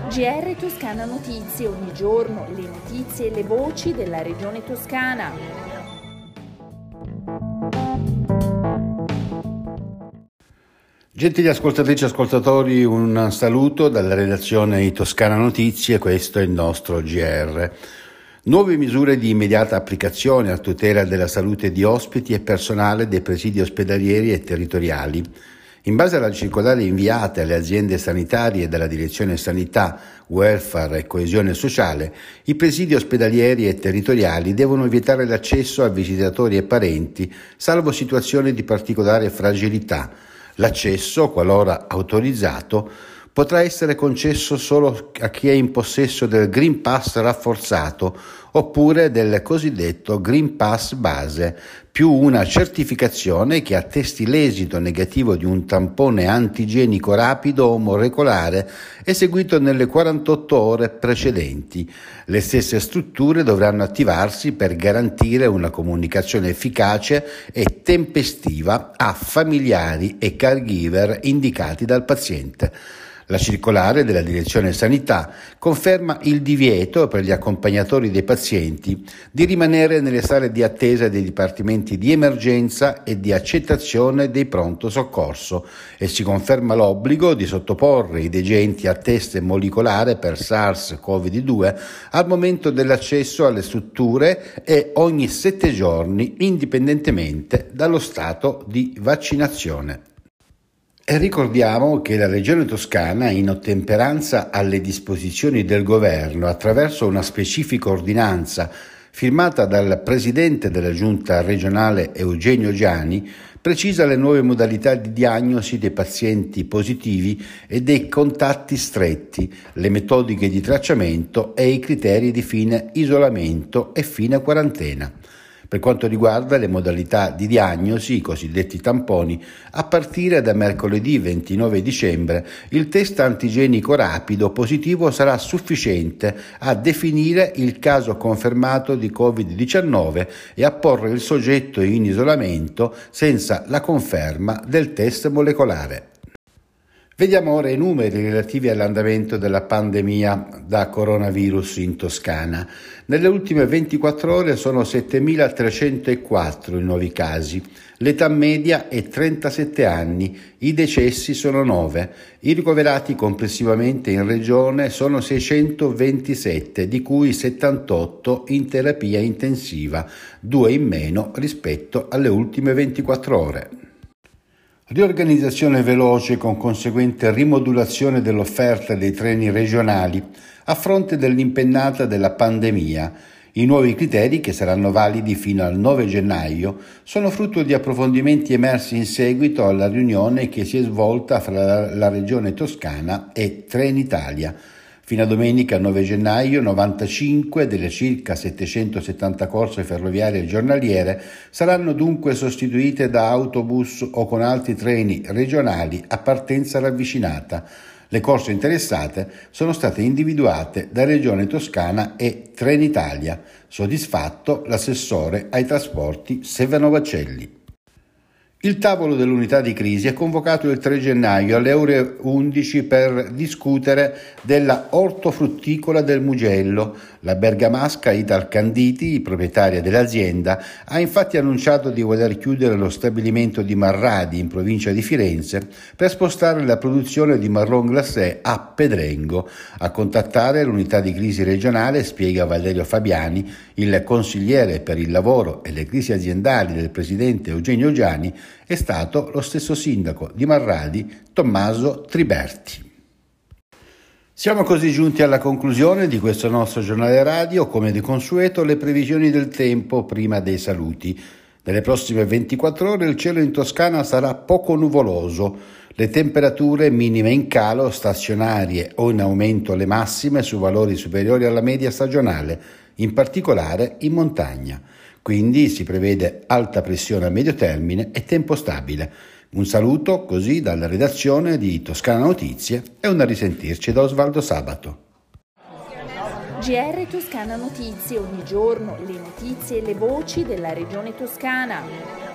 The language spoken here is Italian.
GR Toscana Notizie, ogni giorno le notizie e le voci della regione toscana. Gentili ascoltatrici e ascoltatori, un saluto dalla redazione di Toscana Notizie, questo è il nostro GR. Nuove misure di immediata applicazione a tutela della salute di ospiti e personale dei presidi ospedalieri e territoriali. In base alla circolare inviata alle aziende sanitarie dalla Direzione Sanità, Welfare e Coesione Sociale, i presidi ospedalieri e territoriali devono vietare l'accesso a visitatori e parenti, salvo situazioni di particolare fragilità. L'accesso, qualora autorizzato, potrà essere concesso solo a chi è in possesso del Green Pass rafforzato oppure del cosiddetto Green Pass base, più una certificazione che attesti l'esito negativo di un tampone antigenico rapido o molecolare eseguito nelle 48 ore precedenti. Le stesse strutture dovranno attivarsi per garantire una comunicazione efficace e tempestiva a familiari e caregiver indicati dal paziente. La circolare della Direzione Sanità conferma il divieto per gli accompagnatori dei pazienti di rimanere nelle sale di attesa dei dipartimenti di emergenza e di accettazione dei pronto soccorso e si conferma l'obbligo di sottoporre i degenti a test molecolare per SARS-CoV-2 al momento dell'accesso alle strutture e ogni 7 giorni, indipendentemente dallo stato di vaccinazione. E ricordiamo che la Regione Toscana, in ottemperanza alle disposizioni del Governo, attraverso una specifica ordinanza firmata dal Presidente della Giunta regionale Eugenio Giani, precisa le nuove modalità di diagnosi dei pazienti positivi e dei contatti stretti, le metodiche di tracciamento e i criteri di fine isolamento e fine quarantena. Per quanto riguarda le modalità di diagnosi, i cosiddetti tamponi, a partire da mercoledì 29 dicembre il test antigenico rapido positivo sarà sufficiente a definire il caso confermato di Covid-19 e a porre il soggetto in isolamento senza la conferma del test molecolare. Vediamo ora i numeri relativi all'andamento della pandemia da coronavirus in Toscana. Nelle ultime 24 ore sono 7.304 i nuovi casi. L'età media è 37 anni, i decessi sono 9. I ricoverati complessivamente in regione sono 627, di cui 78 in terapia intensiva, 2 in meno rispetto alle ultime 24 ore. Riorganizzazione veloce con conseguente rimodulazione dell'offerta dei treni regionali a fronte dell'impennata della pandemia. I nuovi criteri, che saranno validi fino al 9 gennaio, sono frutto di approfondimenti emersi in seguito alla riunione che si è svolta fra la Regione Toscana e Trenitalia. Fino a domenica 9 gennaio 95 delle circa 770 corse ferroviarie giornaliere saranno dunque sostituite da autobus o con altri treni regionali a partenza ravvicinata. Le corse interessate sono state individuate da Regione Toscana e Trenitalia. Soddisfatto l'assessore ai trasporti Severo Baccelli. Il tavolo dell'unità di crisi è convocato il 3 gennaio alle ore 11 per discutere della ortofrutticola del Mugello. La bergamasca Italcanditi, proprietaria dell'azienda, ha infatti annunciato di voler chiudere lo stabilimento di Marradi in provincia di Firenze per spostare la produzione di marron glacé a Pedrengo. A contattare l'unità di crisi regionale, spiega Valerio Fabiani, il consigliere per il lavoro e le crisi aziendali del presidente Eugenio Giani, è stato lo stesso sindaco di Marradi, Tommaso Triberti. Siamo così giunti alla conclusione di questo nostro giornale radio. Come di consueto, le previsioni del tempo prima dei saluti. Nelle prossime 24 ore il cielo in Toscana sarà poco nuvoloso, le temperature minime in calo, stazionarie o in aumento le massime su valori superiori alla media stagionale, in particolare in montagna. Quindi si prevede alta pressione a medio termine e tempo stabile. Un saluto così dalla redazione di Toscana Notizie e un a risentirci da Osvaldo Sabato. GR Toscana Notizie, ogni giorno le notizie e le voci della regione toscana.